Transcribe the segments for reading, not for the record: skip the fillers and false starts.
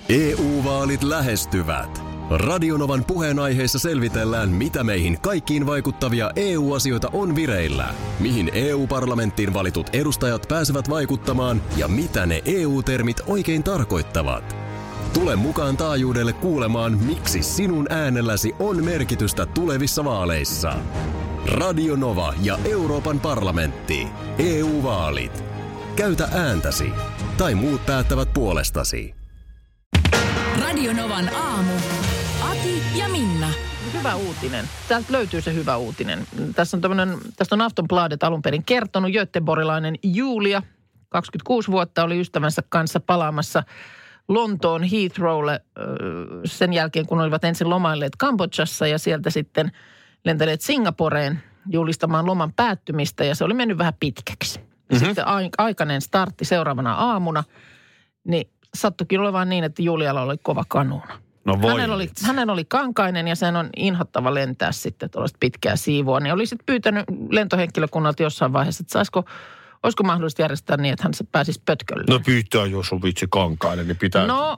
EU-vaalit lähestyvät. Radionovan puheenaiheessa selvitellään, mitä meihin kaikkiin vaikuttavia EU-asioita on vireillä, mihin EU-parlamenttiin valitut edustajat pääsevät vaikuttamaan ja mitä ne EU-termit oikein tarkoittavat. Tule mukaan taajuudelle kuulemaan, miksi sinun äänelläsi on merkitystä tulevissa vaaleissa. Radio Nova ja Euroopan parlamentti. EU-vaalit. Käytä ääntäsi. Tai muut päättävät puolestasi. Radio Novan aamu. Ati ja Minna. Hyvä uutinen. Täältä löytyy se hyvä uutinen. Tästä on Aftonbladet alun perin kertonut. Göteborgilainen Julia, 26 vuotta, oli ystävänsä kanssa palaamassa Lontoon Heathrowlle sen jälkeen, kun olivat ensin lomailleet Kambodžassa ja sieltä sitten lentäneet Singaporeen julistamaan loman päättymistä ja se oli mennyt vähän pitkäksi. Sitten aikainen startti seuraavana aamuna, niin sattuikin olemaan niin, että Julialla oli kova kanuuna. No Hänen oli kankainen ja sen on inhottava lentää sitten tuollaista pitkää siivua. Niin oli sitten pyytänyt lentohenkilökunnalta jossain vaiheessa, että olisiko mahdollista järjestää niin, että hän pääsisi pötkölle. No pyytää, jos on vitsi kankainen, niin pitää. No,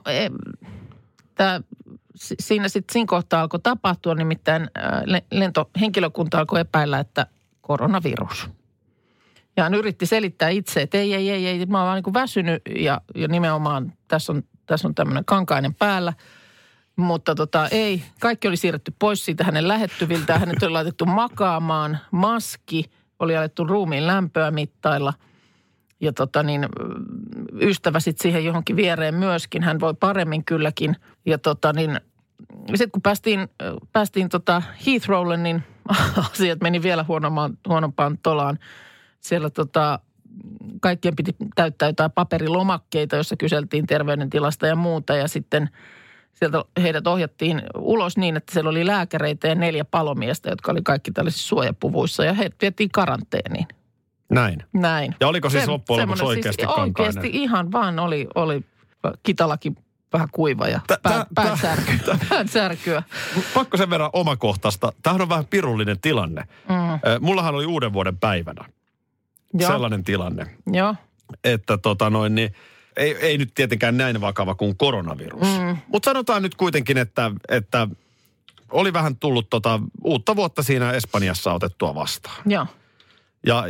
siinä kohtaa alkoi tapahtua, nimittäin lentohenkilökunta alkoi epäillä, että koronavirus. Ja hän yritti selittää itse, että ei, mä oon vaan niin kuin väsynyt ja nimenomaan tässä on tämmöinen kankainen päällä. Mutta ei, kaikki oli siirretty pois siitä hänen lähettyviltään. Hänet oli laitettu makaamaan, maski, oli alettu ruumiin lämpöä mittailla. Ja ystävä sitten siihen johonkin viereen myöskin, hän voi paremmin kylläkin. Ja sitten kun päästiin Heathrowlle, niin asiat meni vielä huonompaan tolaan. Siellä kaikkien piti täyttää jotain paperilomakkeita, jossa kyseltiin terveydentilasta ja muuta. Ja sitten sieltä heidät ohjattiin ulos niin, että siellä oli lääkäreitä ja 4 palomiestä, jotka oli kaikki tällaisissa suojapuvuissa. Ja heidät vietiin karanteeniin. Näin. Ja oliko siis loppujen lopuksi oikeasti kankainen? Oikeasti ihan vaan oli kitalakin vähän kuiva ja päänsärkyä. Pakko sen verran omakohtaista. Tämähän on vähän pirullinen tilanne. Mullahan oli uuden vuoden päivänä. Joo. Sellainen tilanne. Joo. Että niin ei nyt tietenkään näin vakava kuin koronavirus. Mutta sanotaan nyt kuitenkin, että oli vähän tullut uutta vuotta siinä Espanjassa otettua vastaan. Joo. Ja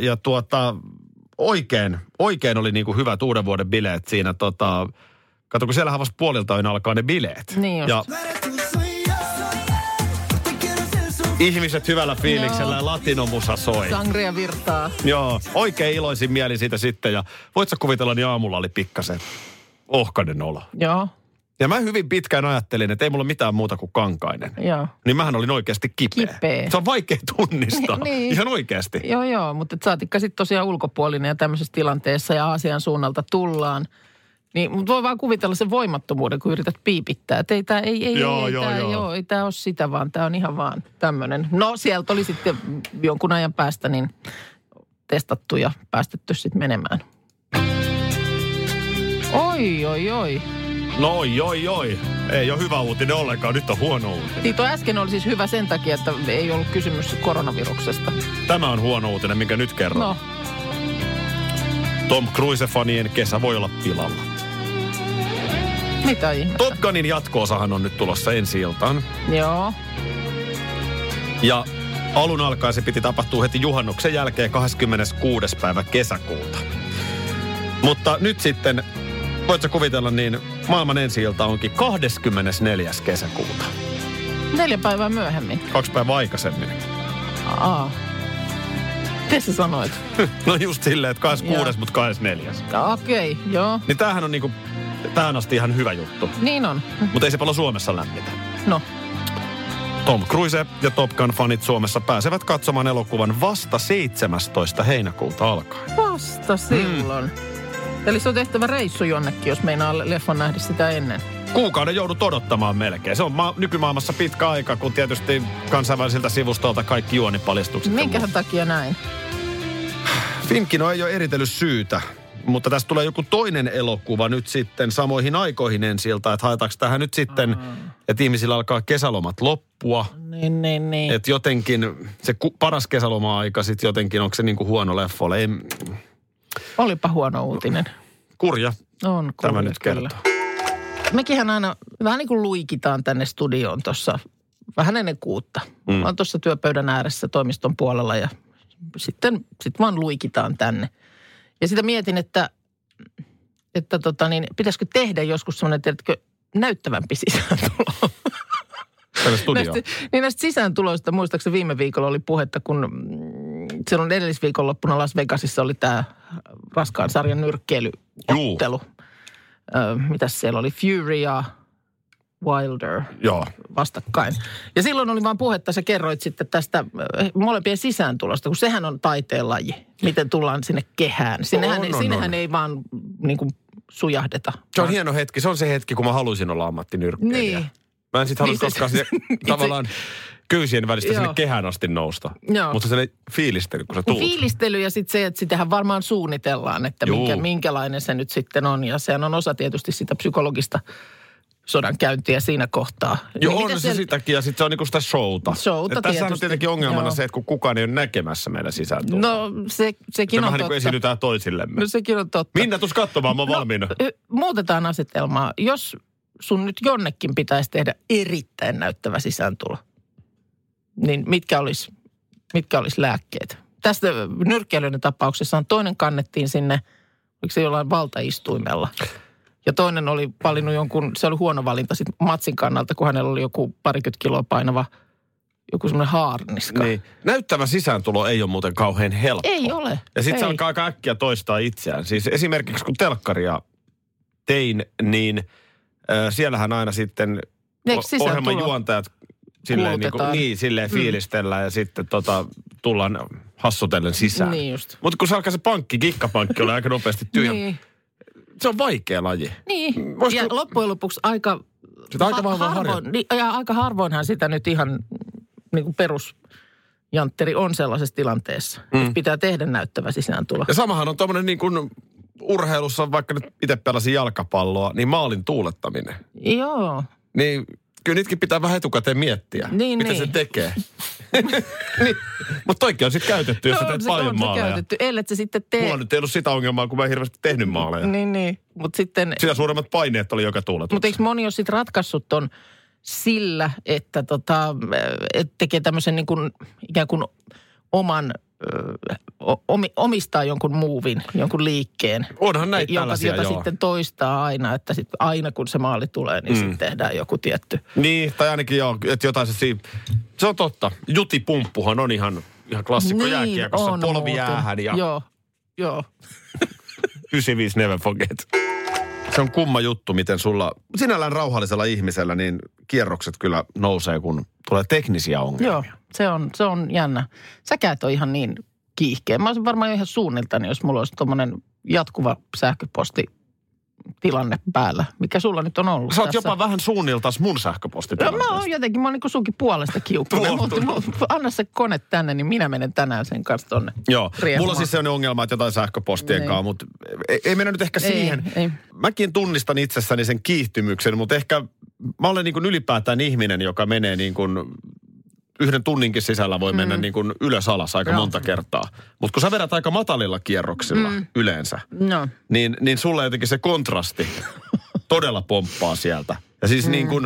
oikein oli niinku hyvät uuden vuoden bileet siinä. Kato, kun siellähän vasta puolilta alkaa ne bileet. Niin just. Ja ihmiset hyvällä fiiliksellä ja latinomusa soi. Sangria virtaa. Joo, oikein iloisin mieli siitä sitten. Ja voit sä kuvitella, niin aamulla oli pikkasen ohkainen olo. Joo. Ja mä hyvin pitkään ajattelin, että ei mulla mitään muuta kuin kankainen. Joo. Niin mähän olin oikeasti kipeä. Se on vaikea tunnistaa. Niin. Ihan oikeasti. Joo, mutta saatikka sitten tosiaan ulkopuolinen ja tämmöisessä tilanteessa ja Aasian suunnalta tullaan. Niin, mutta voi vaan kuvitella sen voimattomuuden, kun yrität piipittää. Että ei tämä ole sitä, vaan tämä on ihan vaan tämmöinen. No sieltä oli sitten jonkun ajan päästä niin testattu ja päästetty sitten menemään. Oi. No oi. Ei ole hyvä uutinen ollenkaan, nyt on huono uutinen. Niin tuo äsken oli siis hyvä sen takia, että ei ollut kysymys koronaviruksesta. Tämä on huono uutinen, minkä nyt kerron. No. Tom Cruise-fanien kesä voi olla pilalla. Mitä ihmettä? Top Gunin jatko-osahan on nyt tulossa ensi-iltaan. Joo. Ja alun alkaen se piti tapahtua heti juhannuksen jälkeen 26. päivä kesäkuuta. Mutta nyt sitten, voit sä kuvitella, niin maailman ensi-ilta onkin 24. kesäkuuta. 4 päivää myöhemmin. 2 päivää aikaisemmin. Miten sä sanoit? No just silleen, että 26. mutta 24. Okei, joo. Niin tämähän on niinku tähän asti ihan hyvä juttu. Niin on. Mutta ei se paljon Suomessa lämmitä. No. Tom Cruise ja Top Gun-fanit Suomessa pääsevät katsomaan elokuvan vasta 17. heinäkuuta alkaen. Vasta silloin. Eli se on tehtävä reissu jonnekin, jos meinaa leffon nähdä sitä ennen. Kuukauden joudut odottamaan melkein. Se on nykymaailmassa pitkä aika, kun tietysti kansainvälisiltä sivustolta kaikki juonipaljastukset. Minkähän takia näin? Finkino ei ole eritellyt syytä, mutta tästä tulee joku toinen elokuva nyt sitten samoihin aikoihin ensi-iltaan, että haetaanko tähän nyt sitten, että ihmisillä alkaa kesälomat loppua. Niin. Että jotenkin se paras kesäloma-aika sitten jotenkin, onko se niin kuin huono leffolle? Olipa huono uutinen. Kurja. On kurja. Tämä nyt kertoo. mekinhän aina vähän niin kuin luikitaan tänne studioon tuossa vähän ennen 6. Ollaan tuossa työpöydän ääressä toimiston puolella ja sitten vaan luikitaan tänne. Ja sitä mietin, että pitäisikö tehdä joskus semmoinen, tiedätkö, näyttävämpi sisääntulo. Tänne studioon. Näistä sisääntuloista, muistaakseni viime viikolla oli puhetta, kun silloin edellisviikonloppuna Las Vegasissa oli tämä raskaan sarjan nyrkkeilyottelu. Mitäs siellä oli? Fury ja Wilder vastakkain. Ja silloin oli vaan puhetta, sä kerroit sitten tästä molempien sisääntulosta, kun sehän on taiteen laji. Miten tullaan sinne kehään. Sinnehän ei vaan niin kuin sujahdeta. Se on hieno hetki. Se on se hetki, kun mä haluaisin olla ammattinyrkkeilijä. Niin. Mä en sit halua koskaan tavallaan köysien välistä sinne kehään asti nousta. Mutta se fiilistely, kun sä tuut. Fiilistely ja sitten se, että sitähän varmaan suunnitellaan, että minkälainen se nyt sitten on. Ja sehän on osa tietysti sitä psykologista sodankäyntiä siinä kohtaa. Joo, niin on se sitäkin ja sitten se on niinku sitä showta. Tässä on tietenkin ongelmana se, että kun kukaan ei ole näkemässä meidän sisääntuloa. No sekin on vähän totta. niin kuin esiinnytään toisillemme. No sekin on totta. Minna, tuus katsomaan, mä oon valmiina. Muutetaan asetelmaa. Jos sun nyt jonnekin pitäisi tehdä erittäin näyttävä sisääntulo, niin mitkä olisi lääkkeet? Tästä nyrkkeilyiden tapauksessa toinen kannettiin sinne, oliko se jollain valtaistuimella? Ja toinen oli valinnut se oli huono valinta sitten matsin kannalta, kun hänellä oli joku 20 kiloa painava joku semmoinen haarniska. Niin. Näyttävä sisääntulo ei ole muuten kauhean helppo. Ei ole. Ja sitten se alkaa aika äkkiä toistaa itseään. Siis esimerkiksi kun telkkaria tein, niin siellähän aina sitten ohjelman juontajat silleen fiilistellään ja sitten tullaan hassutellen sisään. Niin just. Mutta kun se alkaa se kikkapankki olla aika nopeasti tyhjä. Niin. Se on vaikea laji. Niin, ja loppujen lopuksi aika harvoinhan sitä nyt ihan niin kuin perusjantteri on sellaisessa tilanteessa. Pitää tehdä näyttävä sisääntulo. Ja samahan on tommoinen niin kuin urheilussa, vaikka nyt itse pelasin jalkapalloa, niin maalin tuulettaminen. Joo. Niin kyllä niitäkin pitää vähän etukäteen miettiä, mitä se tekee. Niin. Mutta toikin on sitten käytetty, jos sä teet paljon maaleja. On se käytetty, ellet sä sitten tee. Mulla nyt ei ollut sitä ongelmaa, kun mä en hirveästi tehnyt maaleja. Niin. Mutta sitten sitä suuremmat paineet oli joka tuuletuksessa. Mutta eikö moni ole sitten ratkaissut ton sillä, että tekee tämmöisen niin kuin ikään kuin oman, omistaa jonkun muuvin, jonkun liikkeen. Onhan näitä tällaisia, jota sitten toistaa aina, että sit aina kun se maali tulee, niin sitten tehdään joku tietty. Niin, tai ainakin että jotain se on totta. Jutipumppuhan on ihan klassikko jääkiekossa. Polvi jäähän ja Joo. 95 never forget. Se on kumma juttu, miten sulla sinällään rauhallisella ihmisellä niin kierrokset kyllä nousee, kun tulee teknisiä ongelmia. Joo, se on jännä. Säkään et ole ihan niin kiihkeä. Mä olisin varmaan jo ihan suunniltani, jos mulla olisi tommonen jatkuva sähköpostitilanne päällä, mikä sulla nyt on ollut. Sä oot jopa vähän suunniltas mun sähköpostitilanteesta. Mä oon niin kuin sunkin puolesta kiukkunen. Anna se kone tänne, niin minä menen tänään sen kanssa tonne. Joo, mulla siis se on ongelma, että jotain sähköpostien kanssa, mutta ei mennä nyt ehkä siihen. Ei. Mäkin tunnistan itsessäni sen kiihtymyksen, mutta ehkä mä olen niin kuin ylipäätään ihminen, joka menee niin kuin yhden tunninkin sisällä voi mennä niin kuin ylös alas aika monta kertaa. Mutta kun sä vedät aika matalilla kierroksilla yleensä, niin sulla jotenkin se kontrasti todella pomppaa sieltä. Ja siis niin kuin,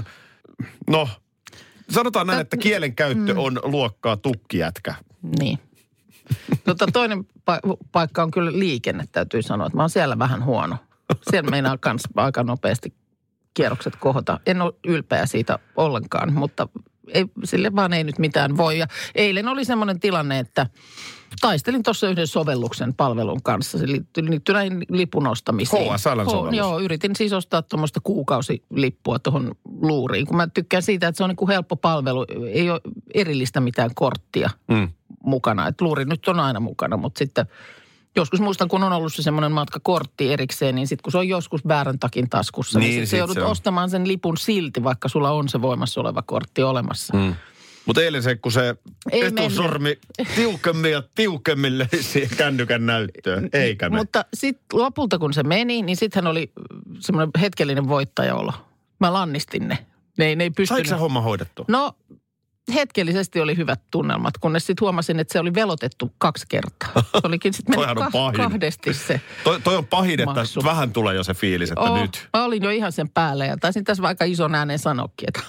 sanotaan näin, että kielen käyttö on luokkaa tukkijätkä. Niin. Toinen paikka on kyllä liikenne, täytyy sanoa, että mä oon siellä vähän huono. Siellä meinaa kans aika nopeasti kierrokset kohota. En ole ylpeä siitä ollenkaan, mutta sille vaan ei nyt mitään voi. Ja eilen oli semmoinen tilanne, että taistelin tuossa yhden sovelluksen palvelun kanssa. Se liittyy näihin lipun ostamisiin. HSL-sovellus. Joo, yritin siis ostaa tuommoista kuukausilippua tuohon luuriin. Kun mä tykkään siitä, että se on niin kuin helppo palvelu. Ei ole erillistä mitään korttia mukana. Että luuri nyt on aina mukana, mutta sitten joskus muistan, kun on ollut se semmoinen matkakortti erikseen, niin sitten kun se on joskus väärän takin taskussa, niin sitten joudut ostamaan sen lipun silti, vaikka sulla on se voimassa oleva kortti olemassa. Mutta eilen se, kun se etusormi tiukemmin ja tiukemmin löi siihen kännykän näyttöön, eikä me. Mutta sitten lopulta, kun se meni, niin sittenhän oli semmoinen hetkellinen voittajaolo. Mä lannistin ne. Ne ei pystynyt. Saiko se homma hoidettua? No, hetkellisesti oli hyvät tunnelmat, kunnes sitten huomasin, että se oli velotettu 2 kertaa. Se olikin sitten mennyt kahdesti se Toi on pahin, maksu. että vähän tulee jo se fiilis, että nyt. Mä olin jo ihan sen päälle ja taisin tässä vaikka ison ääneen sanokin, että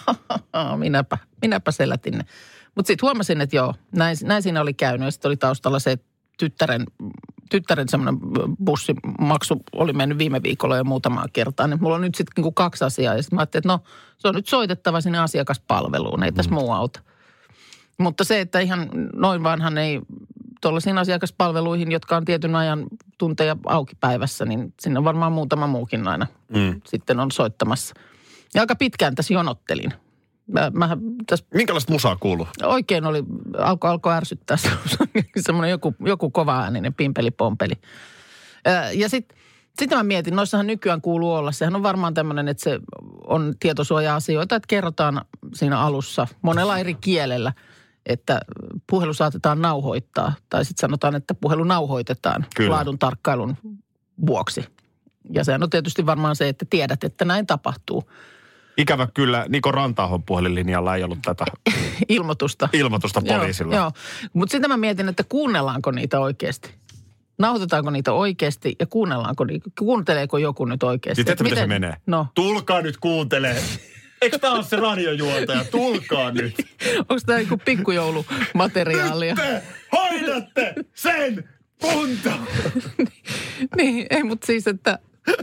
minäpä selätin ne. Mutta sitten huomasin, että joo, näin siinä oli käynyt ja sitten oli taustalla se, että tyttären semmoinen bussimaksu oli mennyt viime viikolla jo muutamaan kertaan. Niin mulla on nyt sitten niinku 2 asiaa ja sitten mä ajattelin, että no se on nyt soitettava sinne asiakaspalveluun, ei tässä muu auta. Mutta se, että ihan noin vanhan ei tuollaisiin asiakaspalveluihin, jotka on tietyn ajan tunteja auki päivässä, niin sinne on varmaan muutama muukin aina sitten on soittamassa. Ja aika pitkään tässä jonottelin. Minkälaista musaa kuuluu? Oikein alkoi ärsyttää semmoinen joku kova-ääninen pimpeli-pompeli. Ja sitten mä mietin, noissahan nykyään kuuluu olla. Sehän on varmaan tämmöinen, että se on tietosuoja-asioita, että kerrotaan siinä alussa monella eri kielellä, että puhelu saatetaan nauhoittaa. Tai sitten sanotaan, että puhelu nauhoitetaan laadun tarkkailun vuoksi. Ja sehän on tietysti varmaan se, että tiedät, että näin tapahtuu. Ikävä kyllä, Niko Ranta-ahon puhelinlinjalla ei ollut tätä ilmoitusta poliisilla. Joo. Mutta sitten mä mietin, että kuunnellaanko niitä oikeasti. Nauhoitetaanko niitä oikeasti ja kuunteleeko joku nyt oikeasti? Ja tiedätkö, miten se menee? No. Tulkaa nyt kuuntelee. Eikö tämä ole se radiojuontaja? Tulkaa nyt. Onko tämä joku pikkujoulumateriaalia? Nyt te hoidatte sen kuntoon. Niin, ei mutta siis, että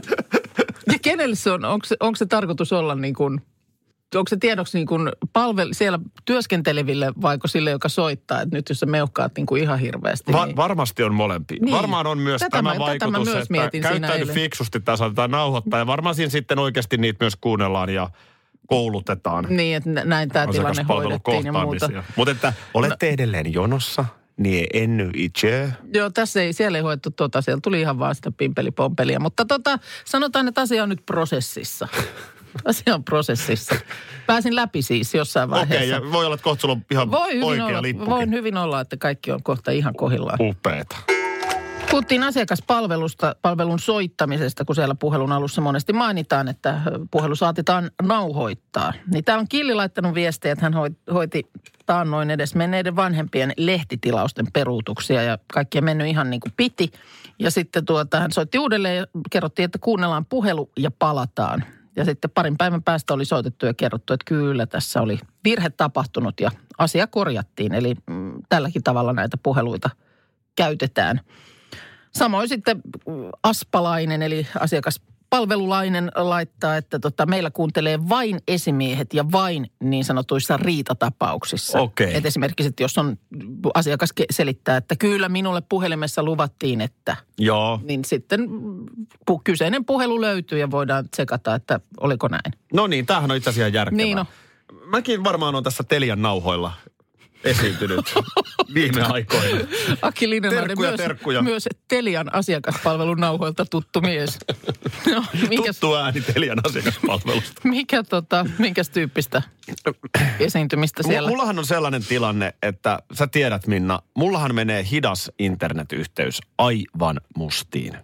ja kenelle se on? Onko se tarkoitus olla niin kuin, onko se tiedoksi niin kuin siellä työskenteleville vaiko sille, joka soittaa, että nyt jos sä meuhkaat niin kuin ihan hirveästi. Niin... Varmasti on molempia. Niin. Varmaan on myös tämä vaikutus, että käyttäydy fiksusti tai saatetaan nauhoittaa. Ja varmaan siinä sitten oikeasti niitä myös kuunnellaan ja koulutetaan. Niin, että näin tämä tilanne hoidettiin ja muuta. Mutta että olette edelleen jonossa, niin enny itse. Joo, siellä ei hoidettu siellä tuli ihan vaan sitä pimpelipompelia. Mutta sanotaan, että asia on nyt prosessissa. Asia on prosessissa. Pääsin läpi siis jossain vaiheessa. Okei, ja voi olla, että kohta sulla on ihan oikea lippukin. Voin hyvin olla, että kaikki on kohta ihan kohdillaan. Upeeta. Puhuttiin asiakaspalvelun soittamisesta, kun siellä puhelun alussa monesti mainitaan, että puhelu saatetaan nauhoittaa. Niin täällä on Killi laittanut viestiä, että hän hoiti taannoin edes menneiden vanhempien lehtitilausten peruutuksia ja kaikki on mennyt ihan niin kuin piti. Ja sitten hän soitti uudelleen ja kerrottiin, että kuunnellaan puhelu ja palataan. Ja sitten parin päivän päästä oli soitettu ja kerrottu, että kyllä tässä oli virhe tapahtunut ja asia korjattiin. Eli tälläkin tavalla näitä puheluita käytetään. Samoin sitten aspalainen eli asiakaspalvelulainen laittaa, että meillä kuuntelee vain esimiehet ja vain niin sanotuissa riitatapauksissa. Okei. Et esimerkiksi, että jos on asiakas selittää, että kyllä minulle puhelimessa luvattiin, että. Joo. Niin sitten kyseinen puhelu löytyy ja voidaan tsekata, että oliko näin. No niin, tämähän on itse asiassa järkevää. Niin no. Mäkin varmaan on tässä Telian nauhoilla esiintynyt viime aikoina. Aki Linnanahde myös Telian asiakaspalvelun nauhoilta tuttu mies. No, tuttu ääni Telian asiakaspalvelusta. Minkäs tyyppistä esiintymistä siellä? Mullahan on sellainen tilanne, että sä tiedät Minna, mullahan menee hidas internetyhteys aivan mustiin.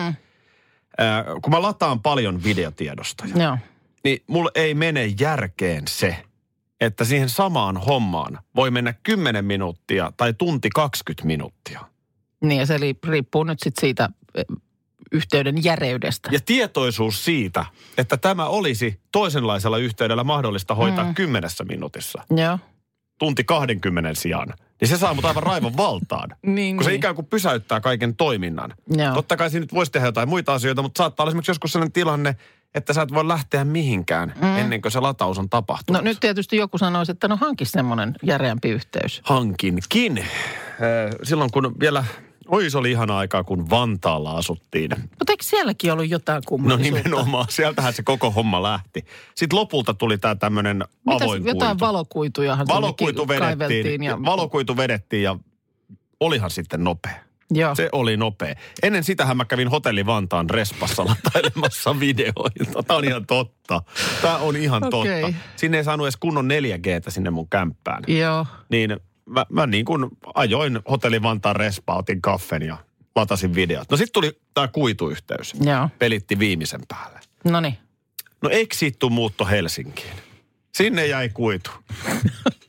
Kun mä lataan paljon videotiedostoja, niin mulla ei mene järkeen se, että siihen samaan hommaan voi mennä 10 minuuttia tai tunti 20 minuuttia. Niin ja se riippuu nyt sitten siitä yhteyden järeydestä. Ja tietoisuus siitä, että tämä olisi toisenlaisella yhteydellä mahdollista hoitaa 10 minuutissa. Joo. Tunti 20 sijaan. Niin se saa mut aivan raivon valtaan. Niin, kun se ikään kuin pysäyttää kaiken toiminnan. Joo. Totta kai siinä nyt voisi tehdä jotain muita asioita, mutta saattaa olla esimerkiksi joskus sellainen tilanne, että sä et voi lähteä mihinkään ennen kuin se lataus on tapahtunut. No nyt tietysti joku sanoisi, että no hanki semmoinen järeämpi yhteys. Hankinkin. Silloin kun vielä, se oli ihana aikaa, kun Vantaalla asuttiin. Mutta eikö sielläkin ollut jotain kummallisuutta? No nimenomaan, sieltähän se koko homma lähti. Sitten lopulta tuli tämä tämmöinen avoin kuitu. Jotain valokuitujahan kaiveltiin. Valokuitu vedettiin ja olihan sitten nopea. Joo. Se oli nopea. Ennen sitähän mä kävin Hotelli Vantaan respassa latailemassa videoita. Tämä on ihan totta. Tämä on ihan totta. Sinne ei saanut edes kunnon 4G:tä sinne mun kämppään. Joo. Niin mä niin kuin ajoin Hotelli Vantaan respaa, otin kaffen ja latasin videot. No sit tuli tää kuituyhteys. Joo. Pelitti viimeisen päälle. Noniin. No eikö siitä tuu muutto Helsinkiin? Sinne jäi kuitu.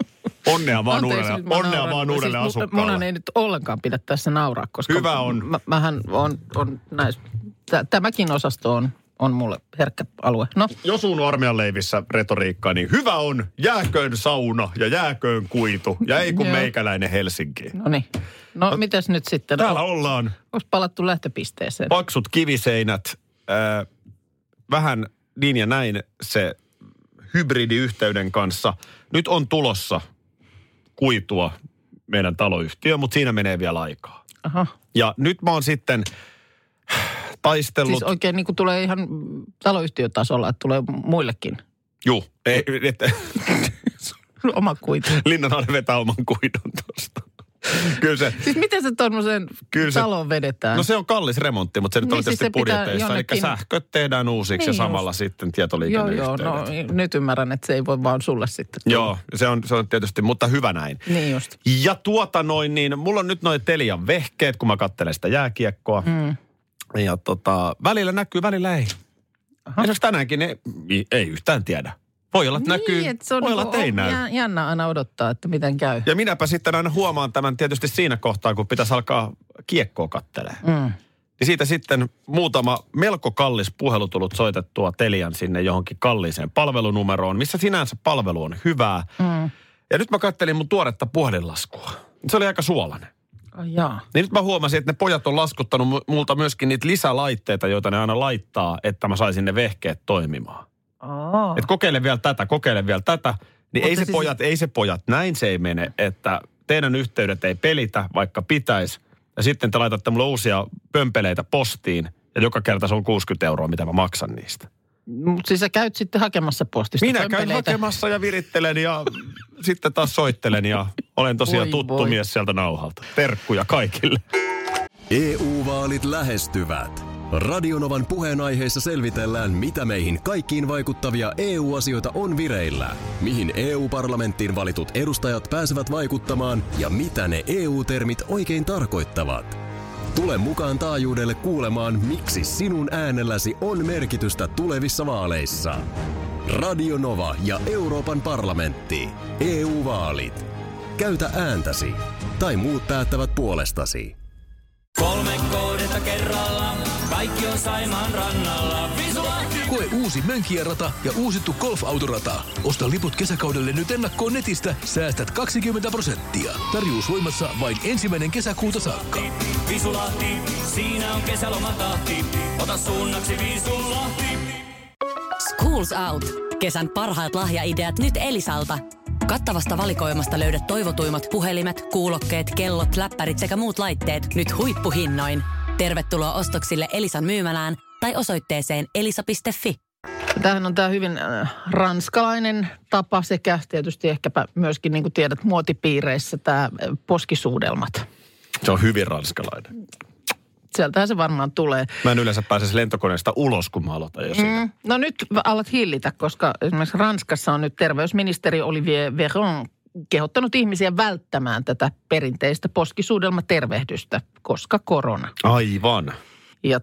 Onnea vaan uudelle asukkaalle. Munhan ei nyt ollenkaan pidä tässä nauraa, koska hyvä on. Mähän on näissä, tämäkin osasto on mulle herkkä alue. No. Jos on armeijan leivissä retoriikkaa, niin hyvä on, jääköön sauna ja jääköön kuitu. Ja ei kun meikäläinen Helsinkiin. No niin. No mites nyt sitten? Täällä ollaan. Onko palattu lähtöpisteeseen? Paksut kiviseinät, vähän niin ja näin se hybridiyhteyden kanssa. Nyt on tulossa kuitua meidän taloyhtiö, mutta siinä menee vielä aikaa. Aha. Ja nyt mä oon sitten taistellut. Siis oikein niin kuin tulee ihan taloyhtiötasolla, että tulee muillekin. Juu. Oma kuitu. Linnanahde vetää oman kuidun tuosta. Kyllä se. Siis miten se tuommoiseen taloon vedetään? No se on kallis remontti, mutta se nyt on tietysti se budjeteissa. Eli sähköt tehdään uusiksi niin ja samalla sitten tietoliikenneyhteydet. Joo, no nyt ymmärrän, että se ei voi vaan sulle sitten. Joo, se on tietysti, mutta hyvä näin. Niin just. Ja niin mulla on nyt noi Telian vehkeet, kun mä katselen sitä jääkiekkoa. Ja välillä näkyy, välillä ei. Aha. Esimerkiksi tänäänkin ei yhtään tiedä. Voi olla, että näkyy, voi olla, että ei näy. Jännä aina odottaa, että miten käy. Ja minäpä sitten aina huomaan tämän tietysti siinä kohtaa, kun pitäisi alkaa kiekkoa katselemaan. Niin siitä sitten muutama melko kallis puhelu tullut soitettua Telian sinne johonkin kalliiseen palvelunumeroon, missä sinänsä palvelu on hyvää. Ja nyt mä kattelin mun tuoretta puhelinlaskua. Se oli aika suolainen. Jaa. Niin nyt mä huomasin, että ne pojat on laskuttanut multa myöskin niitä lisälaitteita, joita ne aina laittaa, että mä saisin ne vehkeet toimimaan. Että kokeile vielä tätä. Niin ei se pojat, näin se ei mene, että teidän yhteydet ei pelitä, vaikka pitäisi. Ja sitten te laitatte mulle uusia pömpeleitä postiin ja joka kerta se on 60 €, mitä mä maksan niistä. Siis sä käyt sitten hakemassa postista minä käyn hakemassa ja virittelen ja sitten taas soittelen ja olen tosiaan tuttu mies sieltä nauhalta. Terkkuja kaikille. EU-vaalit lähestyvät. Radionovan puheenaiheessa selvitellään, mitä meihin kaikkiin vaikuttavia EU-asioita on vireillä, mihin EU-parlamenttiin valitut edustajat pääsevät vaikuttamaan ja mitä ne EU-termit oikein tarkoittavat. Tule mukaan taajuudelle kuulemaan, miksi sinun äänelläsi on merkitystä tulevissa vaaleissa. Radio Nova ja Euroopan parlamentti. EU-vaalit. Käytä ääntäsi. Tai muut päättävät puolestasi. 3 kohdetta kerralla. Kaikki on Saimaan rannalla. Visulahti! Koe uusi Mönkijärata ja uusittu golfautorata. Osta liput kesäkaudelle nyt ennakkoon netistä. Säästät 20%. Tarjous voimassa vain 1. kesäkuuta saakka. Visulahti, siinä on kesälomatahti. Ota suunnaksi Visulahti. Schools Out. Kesän parhaat lahjaideat nyt Elisalta. Kattavasta valikoimasta löydät toivotuimmat puhelimet, kuulokkeet, kellot, läppärit sekä muut laitteet nyt huippuhinnoin. Tervetuloa ostoksille Elisan myymälään tai osoitteeseen elisa.fi. Tämähän on tämä hyvin ranskalainen tapa sekä tietysti ehkäpä myöskin, niin kuin tiedät, muotipiireissä tämä poskisuudelmat. Se on hyvin ranskalainen. Sieltähän se varmaan tulee. Mä en yleensä pääse lentokoneesta ulos, kun mä aloitan jo siitä. No nyt alat hillitä, koska esimerkiksi Ranskassa on nyt terveysministeri Olivier Véran kehottanut ihmisiä välttämään tätä perinteistä poskisuudelmatervehdystä, koska korona. Aivan. Ja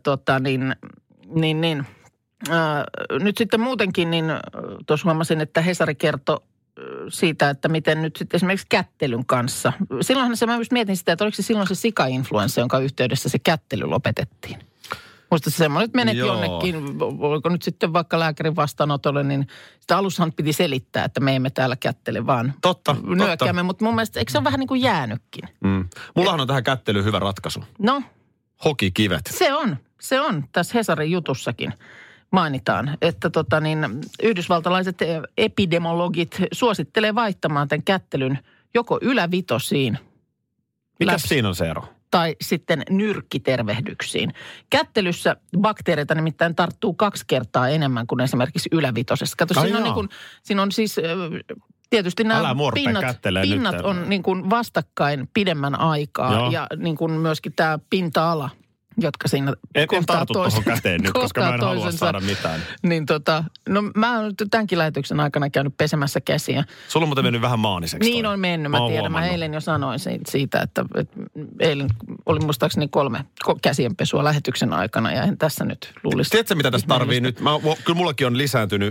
nyt sitten muutenkin, niin tuossa huomasin, että Hesari kertoi siitä, että miten nyt sitten esimerkiksi kättelyn kanssa. Silloinhan mä just mietin sitä, että oliko se silloin se sika-influenssa, jonka yhteydessä se kättely lopetettiin. Muista se semmoinen, että menet jonnekin, oliko nyt sitten vaikka lääkärin vastaanotolle, niin sitä alussahan piti selittää, että me emme täällä kättele, vaan nyökkäämme. Mutta mun mielestä, eikö se ole vähän niin kuin jäänytkin? Mullahan on tähän kättelyyn hyvä ratkaisu. No? Hokikivet. Se on tässä Hesarin jutussakin. Mainitaan, että yhdysvaltalaiset epidemiologit suosittelee vaihtamaan tämän kättelyn joko ylävitosiin. Mikäs siinä on se ero? Tai sitten nyrkkitervehdyksiin. Kättelyssä bakteereita nimittäin tarttuu 2 kertaa enemmän kuin esimerkiksi ylävitosessa. Kato, siinä on siis tietysti nämä pinnat on niin kuin vastakkain pidemmän aikaa. Joo. Ja niin kuin myöskin tämä pinta-ala, jotka siinä en tartu tuohon käteen nyt, koska mä en halua saada mitään. Niin no mä oon nyt tämänkin lähetyksen aikana käynyt pesemässä käsiä. Sulla on muuten mennyt vähän maaniseksi. Niin on mennyt, mä tiedän. Mä eilen jo sanoin siitä, että eilen oli muistaakseni 3 käsienpesua lähetyksen aikana ja en tässä nyt luulisi. Tiedätkö mitä tässä tarvii nyt? Kyllä mullakin on lisääntynyt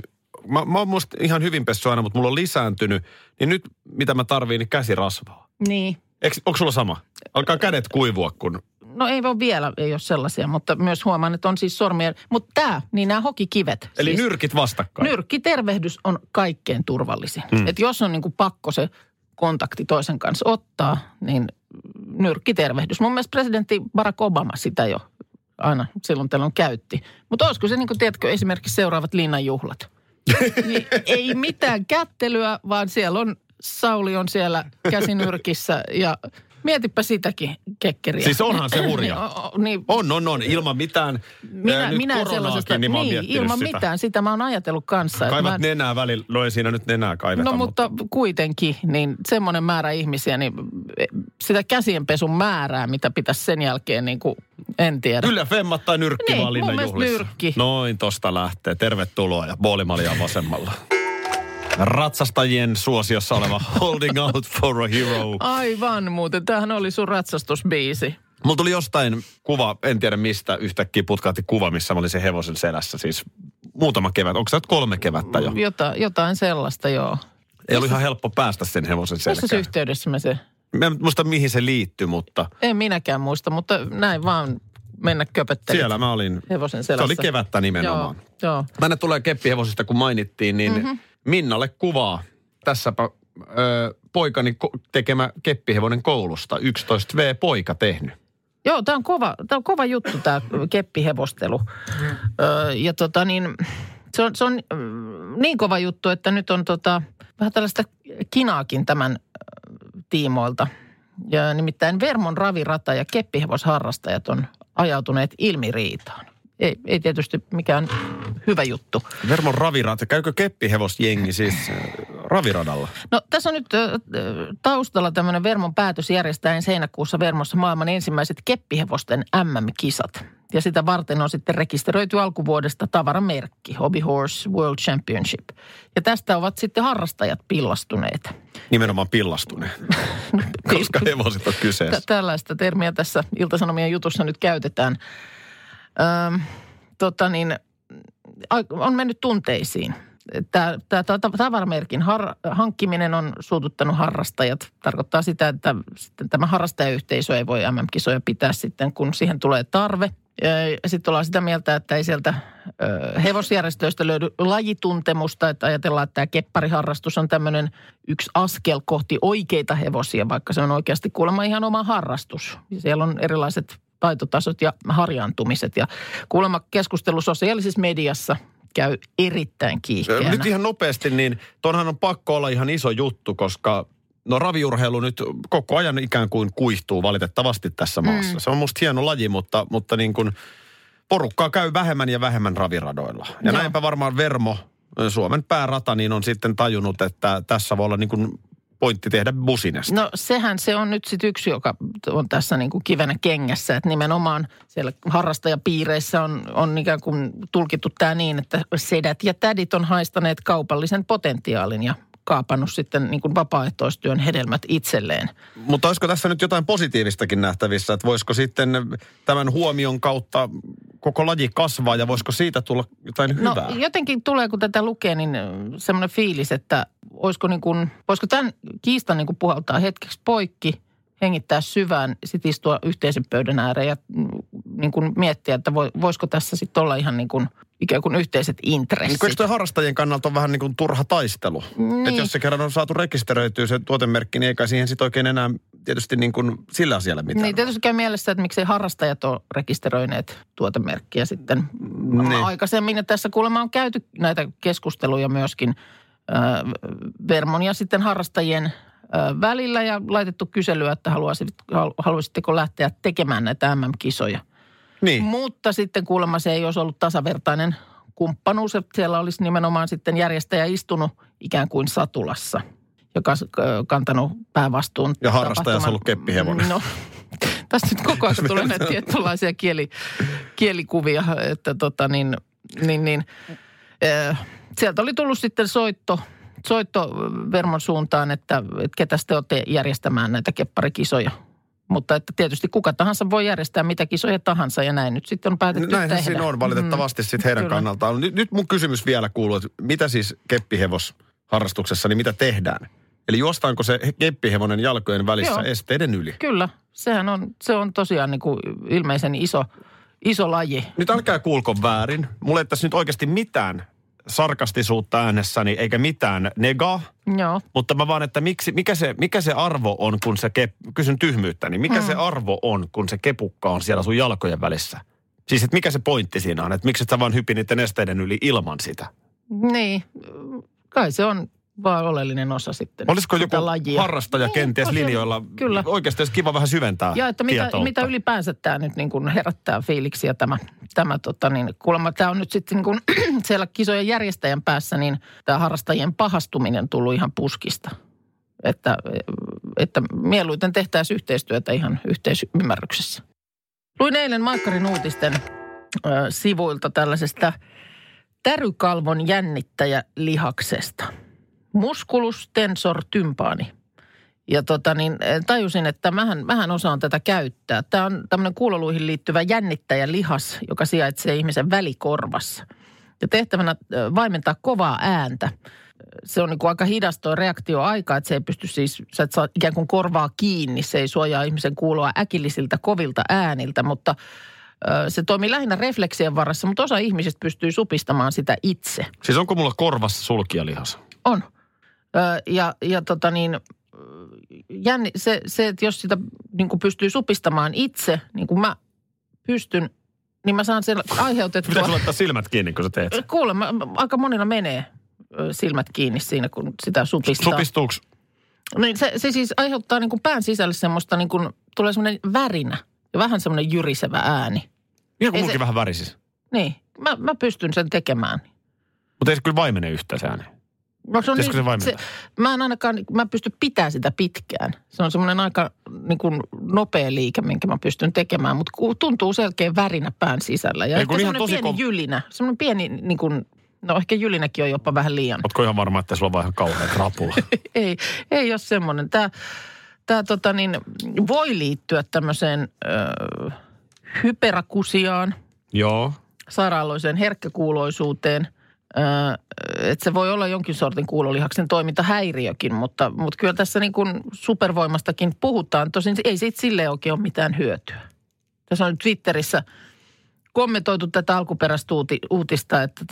mä oon musta ihan hyvin pessy aina, mutta mulla on lisääntynyt. Niin nyt, mitä mä tarviin, niin käsirasvaa. Niin. Onko sulla sama? Alkaa kädet kuivua, kun... No ei ole vielä, ei ole sellaisia, mutta myös huomaan, että on siis sormia. Mutta nämä hokikivet. Eli siis nyrkit vastakkain. Nyrkkitervehdys on kaikkein turvallisin. Että jos on niin kuin pakko se kontakti toisen kanssa ottaa, niin nyrkkitervehdys. Mun mielestä presidentti Barack Obama sitä jo aina silloin tällöin käytti. Mutta olisiko se, niin kuin tiedätkö, esimerkiksi seuraavat linnanjuhlat? Niin ei mitään kättelyä, vaan siellä on, Sauli on siellä käsinyrkissä ja mietipä sitäkin kekkeriä. Siis onhan se hurja. Niin. On. Ilman mitään Minä sellaisesta, niin mä oon ilman sitä. mitään. Sitä mä oon ajatellut kanssa. Kaivat nenää välillä, no ei siinä nyt nenää kaiveta. No mutta kuitenkin, niin semmoinen määrä ihmisiä, niin sitä käsienpesun määrää, mitä pitäisi sen jälkeen, niin kuin en tiedä. Kyllä femmat tai nyrkki Niin, vaan mun mielestä linnanjuhlissa. nyrkki. Noin tosta lähtee. Tervetuloa ja boolimalia vasemmalla. Ratsastajien suosiossa oleva Holding Out for a Hero. Aivan muuten. Tämähän oli sun ratsastusbiisi. Mulla tuli jostain kuva, en tiedä mistä, yhtäkkiä putkahti kuva, missä mä olin sen hevosen selässä. Siis muutama kevät. Onko se nyt 3 kevättä jo? Jotain sellaista, joo. Ei ollut ihan helppo päästä sen hevosen selkään. Missä yhteydessä me se? Mä en muista mihin se liittyi, mutta... En minäkään muista, mutta näin vaan mennä köpöttelit. Siellä mä olin. Hevosen selässä. Se oli kevättä nimenomaan. Joo. Tänne tulee keppihevosista, kun mainittiin, niin Minnalle kuvaa. Tässäpä poikani tekemä keppihevonen koulusta. 11V-poika tehnyt. Joo, tämä on kova juttu tämä keppihevostelu. Ja se on niin kova juttu, että nyt on vähän tällaista kinaakin tämän tiimoilta. Ja nimittäin Vermon ravirata ja keppihevosharrastajat on ajautuneet ilmiriitaan. Ei tietysti mikään hyvä juttu. Vermon ravirata. Käykö keppihevosjengi siis raviradalla? No tässä on nyt taustalla tämmöinen Vermon päätös järjestää heinäkuussa Vermossa maailman ensimmäiset keppihevosten MM-kisat. Ja sitä varten on sitten rekisteröity alkuvuodesta tavaramerkki, Hobby Horse World Championship. Ja tästä ovat sitten harrastajat pillastuneet. Nimenomaan pillastuneet, koska hevoset on kyseessä. Tällaista termiä tässä Ilta-Sanomien jutussa nyt käytetään. On mennyt tunteisiin. Tämä tavaramerkin hankkiminen on suututtanut harrastajat. Tarkoittaa sitä, että sitten tämä harrastajayhteisö ei voi MM-kisoja pitää sitten, kun siihen tulee tarve. Sitten ollaan sitä mieltä, että ei sieltä hevosjärjestöistä löydy lajituntemusta. Että ajatellaan, että tämä keppariharrastus on tämmöinen yksi askel kohti oikeita hevosia, vaikka se on oikeasti kuulemma ihan oma harrastus. Siellä on erilaiset taitotasot ja harjaantumiset. Ja kuulemma keskustelu sosiaalisessa mediassa käy erittäin kiihkeänä. Nyt ihan nopeasti, niin tuonhan on pakko olla ihan iso juttu, koska raviurheilu nyt koko ajan ikään kuin kuihtuu valitettavasti tässä maassa. Se on musta hieno laji, mutta niin kuin porukkaa käy vähemmän ja vähemmän raviradoilla. Ja näinpä varmaan Vermo, Suomen päärata, niin on sitten tajunnut, että tässä voi olla niin kuin pointti tehdä businesta. No sehän se on nyt sitten yksi, joka on tässä niin kuin kivenä kengässä, että nimenomaan siellä harrastajapiireissä on ikään kuin tulkittu tämä niin, että sedät ja tädit on haistaneet kaupallisen potentiaalin ja kaapannut sitten niin kuin vapaaehtoistyön hedelmät itselleen. Mutta olisiko tässä nyt jotain positiivistakin nähtävissä, että voisiko sitten tämän huomion kautta koko laji kasvaa ja voisiko siitä tulla jotain hyvää? No jotenkin tulee, kun tätä lukee, niin semmoinen fiilis, että voisiko tämän kiistan niin kuin puhaltaa hetkeksi poikki, hengittää syvään, sitten istua yhteisen pöydän ääreen ja niin kuin miettiä, että voisiko tässä sitten olla ihan niin kuin ikään kuin yhteiset intressit. Eikö harrastajien kannalta on vähän niin kuin turha taistelu? Niin. Että jos se kerran on saatu rekisteröityä se tuotemerkki, niin eikä siihen sitten oikein enää tietysti niin kuin sillä asialla mitään. Niin tietysti käy mielessä, että miksei harrastajat ole rekisteröineet tuotemerkkiä sitten aikaisemmin. Ja tässä kuulemma on käyty näitä keskusteluja myöskin Vermon ja sitten harrastajien välillä ja laitettu kyselyä, että haluaisitteko lähteä tekemään näitä MM-kisoja. Niin. Mutta sitten kuulemma se ei olisi ollut tasavertainen kumppanuus, että siellä olisi nimenomaan sitten järjestäjä istunut ikään kuin satulassa, joka kantanut päävastuun. Ja harrastaja olisi ollut keppihevonen. No, tässä nyt koko ajan tulee näitä tietynlaisia kielikuvia, että sieltä oli tullut sitten soitto Vermon suuntaan, että ketä te olette järjestämään näitä kepparikisoja Mutta että tietysti kuka tahansa voi järjestää mitä kisoja tahansa ja näin nyt sitten on päätetty tehdä. Näinhän siinä on valitettavasti sitten heidän kannaltaan. Nyt mun kysymys vielä kuuluu, että mitä siis keppihevosharrastuksessa, niin mitä tehdään? Eli juostaanko se keppihevonen jalkojen välissä esteiden yli? Kyllä, se on tosiaan niin kuin ilmeisen iso laji. Nyt älkää kuulko väärin. Mulla ei tässä nyt oikeasti mitään sarkastisuutta äänessäni, eikä mitään negaa. Joo. Mutta mä vaan, että mikä se arvo on, kun se kysyn tyhmyyttä, niin mikä se arvo on, kun se kepukka on siellä sun jalkojen välissä? Siis, että mikä se pointti siinä on? Että miksi et sä vaan hypi niiden esteiden yli ilman sitä? Niin, kai se on vaan oleellinen osa sitten. Olisiko joku harrastaja kenties linjoilla? Kyllä. Oikeasti olisi kiva vähän syventää. Ja että mitä ylipäänsä tämä nyt niin kuin herättää fiiliksiä tämä kuulemma tämä on nyt sitten niin kuin siellä kisojen järjestäjän päässä, niin tämä harrastajien pahastuminen tullut ihan puskista. Että mieluiten tehtäisiin yhteistyötä ihan yhteisymmärryksessä. Luin eilen Maikkarin uutisten sivuilta tällaisesta tärykalvon jännittäjälihaksesta. Musculus tensor tympani. Ja tajusin, että mähän osaan tätä käyttää. Tämä on tämmöinen kuuloluihin liittyvä jännittäjälihas, joka sijaitsee ihmisen välikorvassa. Ja tehtävänä vaimentaa kovaa ääntä. Se on niin kuin aika hidas tuo reaktioaika, että se ei pysty siis, sä et saa ikään kuin korvaa kiinni. Se ei suojaa ihmisen kuuloa äkillisiltä kovilta ääniltä, mutta se toimii lähinnä refleksien varassa, mutta osa ihmisistä pystyy supistamaan sitä itse. Siis onko mulla korvassa sulkijalihas? On. Se, että jos sitä niin kuin pystyy supistamaan itse, niin kuin mä pystyn, niin mä saan sen aiheutettua. Pitäisi laittaa silmät kiinni, kun sä teet? Kuule, aika monilla menee silmät kiinni siinä, kun sitä supistaa. Supistuuko? Niin se siis aiheuttaa niin kuin pään sisälle semmoista, niin kuin tulee semmoinen värinä ja vähän semmoinen jyrisevä ääni. Ihan kuin munkin vähän värisis. Niin, mä pystyn sen tekemään. Mutta ei se kyllä vaimene yhtään se ääni. No mä pystyn pitämään sitä pitkään. Se on semmoinen aika niin kuin nopea liike, minkä mä pystyn tekemään, mutta tuntuu selkeä värinä pään sisällä. Ja ehkä semmoinen pieni jylinä, semmoinen pieni niin kuin, no ehkä jylinäkin on jopa vähän liian. Ootko ihan varma, että sulla on vaan ihan kauhean krapula? ei ole semmoinen. Tämä voi liittyä tämmöiseen hyperakusiaan. Joo. Sairaaloiseen herkkäkuuloisuuteen. Että se voi olla jonkin sortin kuulolihaksen toimintahäiriökin, mutta kyllä tässä niin kuin supervoimastakin puhutaan. Tosin ei siitä silleen oikein ole mitään hyötyä. Tässä on nyt Twitterissä kommentoitu tätä alkuperäistä uutista, että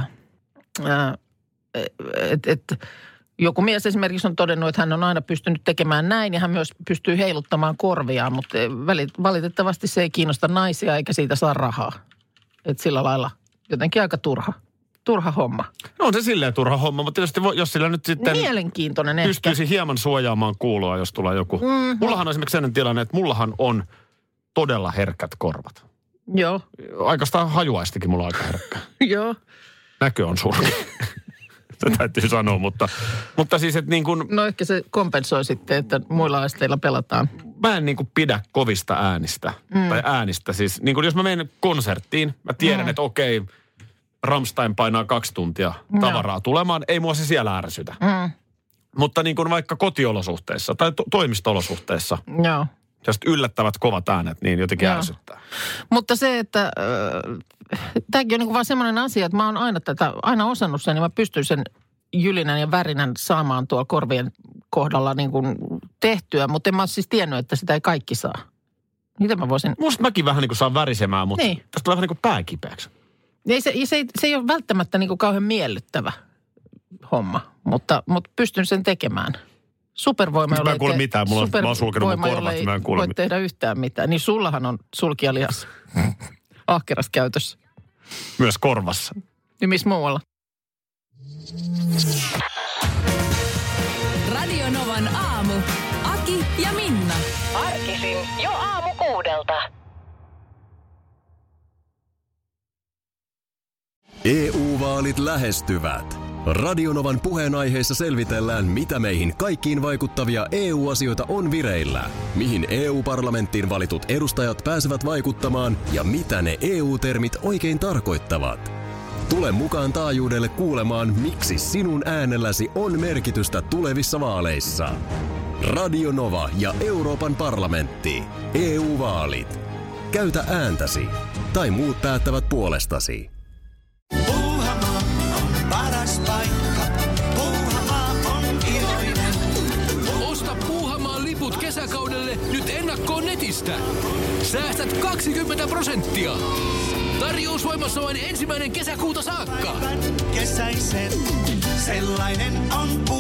joku mies esimerkiksi on todennut, että hän on aina pystynyt tekemään näin ja hän myös pystyy heiluttamaan korviaan, mutta valitettavasti se ei kiinnosta naisia eikä siitä saa rahaa. Että sillä lailla jotenkin aika turha homma. No on se silleen turha homma, mutta tietysti jos sillä nyt sitten mielenkiintoinen pystyisi hieman suojaamaan kuuloa, jos tulee joku. Mullahan on esimerkiksi sellainen tilanne, että mullahan on todella herkät korvat. Joo. Aikastaan hajuaistikin mulla on aika herkkä. Joo. Näkö on surkea. Se täytyy sanoa, mutta siis, että niin kuin no ehkä se kompensoi sitten, että muilla aisteilla pelataan. Mä en niin kuin pidä kovista äänistä. Tai äänistä siis. Niin kuin jos mä menen konserttiin, mä tiedän, että okei, Rammstein painaa 2 tuntia tavaraa tulemaan. Ei mua se siellä ärsytä. Mutta niin kuin vaikka kotiolosuhteissa tai toimisto-olosuhteissa. Joo. Sellaiset yllättävät kovat äänet, niin jotenkin ärsyttää. Mutta se, että tämäkin on niin kuin vaan semmoinen asia, että mä oon aina osannut sen, niin mä pystyn sen jylinän ja värinän saamaan tuolla korvien kohdalla niin kuin tehtyä. Mutta en mä ole siis tiennyt, että sitä ei kaikki saa. Miten mä voisin? Musta mäkin vähän niin kuin saan värisemään, mutta tästä tulee vähän niin kuin pääkipeäksi. Se ei ole välttämättä niin kuin kauhean miellyttävä homma, mutta pystyn sen tekemään. Supervoima, mä en kuule mitään, mä oon sulkenut mun korvat, mä en kuule voi tehdä yhtään mitään. Niin sullahan on sulkijalihas ahkerassa käytössä. Myös korvassa. Ja missä muualla? Radio Novan aamu. Aki ja Minna. Arkisin jo 6:00. EU-vaalit lähestyvät. Radionovan puheenaiheessa selvitellään, mitä meihin kaikkiin vaikuttavia EU-asioita on vireillä, mihin EU-parlamenttiin valitut edustajat pääsevät vaikuttamaan ja mitä ne EU-termit oikein tarkoittavat. Tule mukaan taajuudelle kuulemaan, miksi sinun äänelläsi on merkitystä tulevissa vaaleissa. Radio Nova ja Euroopan parlamentti. EU-vaalit. Käytä ääntäsi. Tai muut päättävät puolestasi. Puuhamaa on paras paikka. Puuhamaa on iloinen. Osta Puuhamaan liput kesäkaudelle nyt ennakkoon netistä. Säästät 20%. Tarjous voimassa vain 1. kesäkuuta saakka. Kesäisen, sellainen on